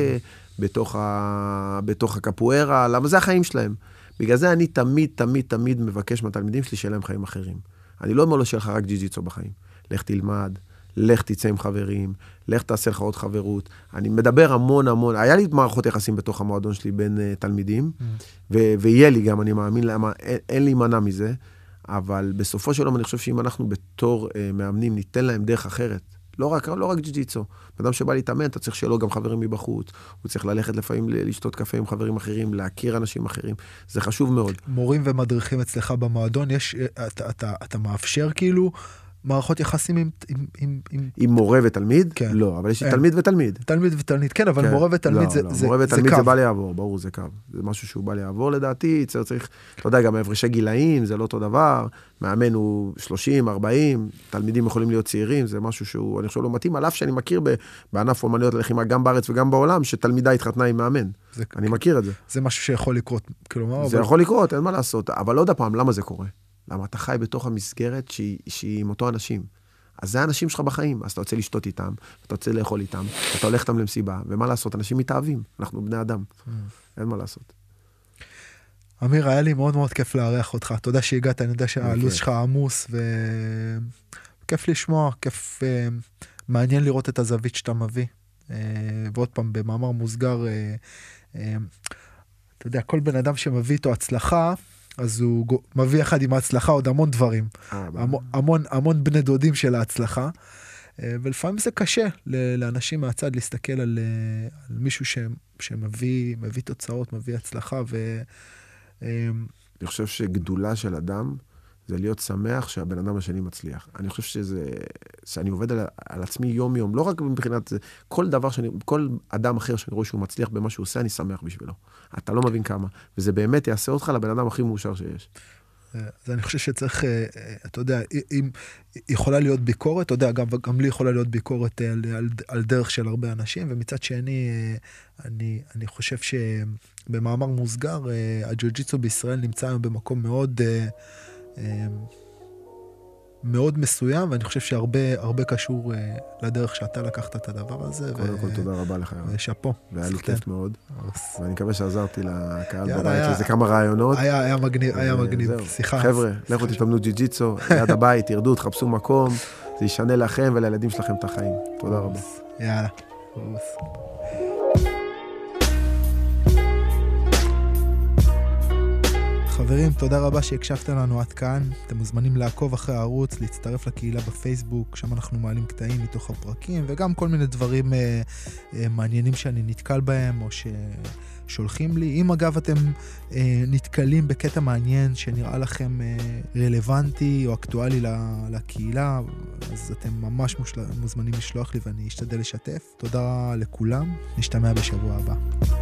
בתוך הקפוארה, למה זה החיים שלהם. בגלל זה אני תמיד מבקש מהתלמידים שלי שיהיה להם חיים אחרים. אני לא אומר לו שיהיה לך רק ג'יוג'יצו בחיים. לך תלמד, לך תצא עם חברים, לך תעשה לך עוד חברות. אני מדבר המון. היה לי מערכות יחסים בתוך המועדון שלי בין תלמידים, ויהיה לי גם, אני מאמין, אין לי מנע מזה, אבל בסופו של יום אני חושב שאם אנחנו בתור מאמנים ניתן להם דרך אחרת, לא רק ג'יוג'יצו. אדם שבא להתאמן, אתה צריך שיהיה לו גם חברים מבחוץ, הוא צריך ללכת לפעמים לשתות קפה עם חברים אחרים, להכיר אנשים אחרים, זה חשוב מאוד. מורים ומדריכים אצלך במועדון, אתה מאפשר כאילו מערכות יחסים עם מורה ותלמיד? כן. לא, אבל יש לי תלמיד ותלמיד. תלמיד ותלמיד, כן, אבל מורה ותלמיד זה קו. מורה ותלמיד זה בא לעבור, ברור, זה קו. זה משהו שהוא בא לעבור לדעתי, צריך, אתה יודע, גם הפרשי גילאים, זה לא אותו דבר, מאמן הוא 30, 40, תלמידים יכולים להיות צעירים, זה משהו שהוא, אני חושב, לא מתאים, על אף שאני מכיר בענף אומנויות הלחימה, גם בארץ וגם בעולם, שתלמידה התחתנה עם מאמן. אני מכיר את זה. זה משהו שיכול לקרות, כלומר, זה יכול לקרות, אין מה לעשות, אבל עוד הפעם, למה זה קורה? למה אתה חי בתוך המסגרת שהיא עם אותו אנשים. אז זה האנשים שלך בחיים. אז אתה רוצה לשתות איתם, אתה רוצה לאכול איתם, אתה הולך איתם למסיבה, ומה לעשות? אנשים מתאהבים. אנחנו בני אדם. אין מה לעשות. אמיר, היה לי מאוד מאוד כיף לארח אותך. תודה שהגעת, אני יודע שהלו"ז שלך עמוס, וכיף לשמוע, כיף מעניין לראות את הזווית שאתה מביא. ועוד פעם, במאמר מוסגר, אתה יודע, כל בן אדם שמביא איתו הצלחה, אז הוא מביא יחד עם ההצלחה עוד המון דברים. המון בני דודים של ההצלחה. ולפעמים זה קשה לאנשים מהצד להסתכל על מישהו שמביא תוצאות, מביא הצלחה. אני חושב שגדולה של אדם זה להיות שמח שהבן אדם השני מצליח. אני חושב שאני עובד על עצמי יום יום, לא רק מבחינת זה, כל אדם אחר שאני רואה שהוא מצליח במה שהוא עושה, אני שמח בשבילו. אתה לא מבין כמה. וזה באמת יעשה אותך לבן אדם הכי מאושר שיש. אז אני חושב שצריך, אתה יודע, אם יכולה להיות ביקורת, אתה יודע, גם לי יכולה להיות ביקורת על דרך של הרבה אנשים, ומצד שני, אני חושב שבמאמר מוסגר, הג'יוג'יצו בישראל נמצא היום במקום מאוד מסוים, ואני חושב שהרבה קשור לדרך שאתה לקחת את הדבר הזה. קודם כל תודה רבה לך. ושאפו. והיה לי כיף מאוד. ואני מקווה שעזרתי לקהל בבית, וזה כמה רעיונות. היה מגניב. שיחה. חבר'ה, לכו תתאמנו ג'יוג'יצו, ליד הבית, תרדו, תחפשו מקום, זה ישנה לכם ולילדים שלכם את החיים. תודה רבה. יאללה. חברים, תודה רבה שהקשבתם לנו עד כאן. אתם מוזמנים לעקוב אחרי הערוץ, להצטרף לקהילה בפייסבוק, שם אנחנו מעלים קטעים מתוך הפרקים, וגם כל מיני דברים מעניינים שאני נתקל בהם, או ששולחים לי. אם אגב אתם נתקלים בקטע מעניין שנראה לכם רלוונטי או אקטואלי לקהילה, אז אתם ממש מוזמנים לשלוח לי ואני אשתדל לשתף. תודה לכולם, נשתמע בשבוע הבא.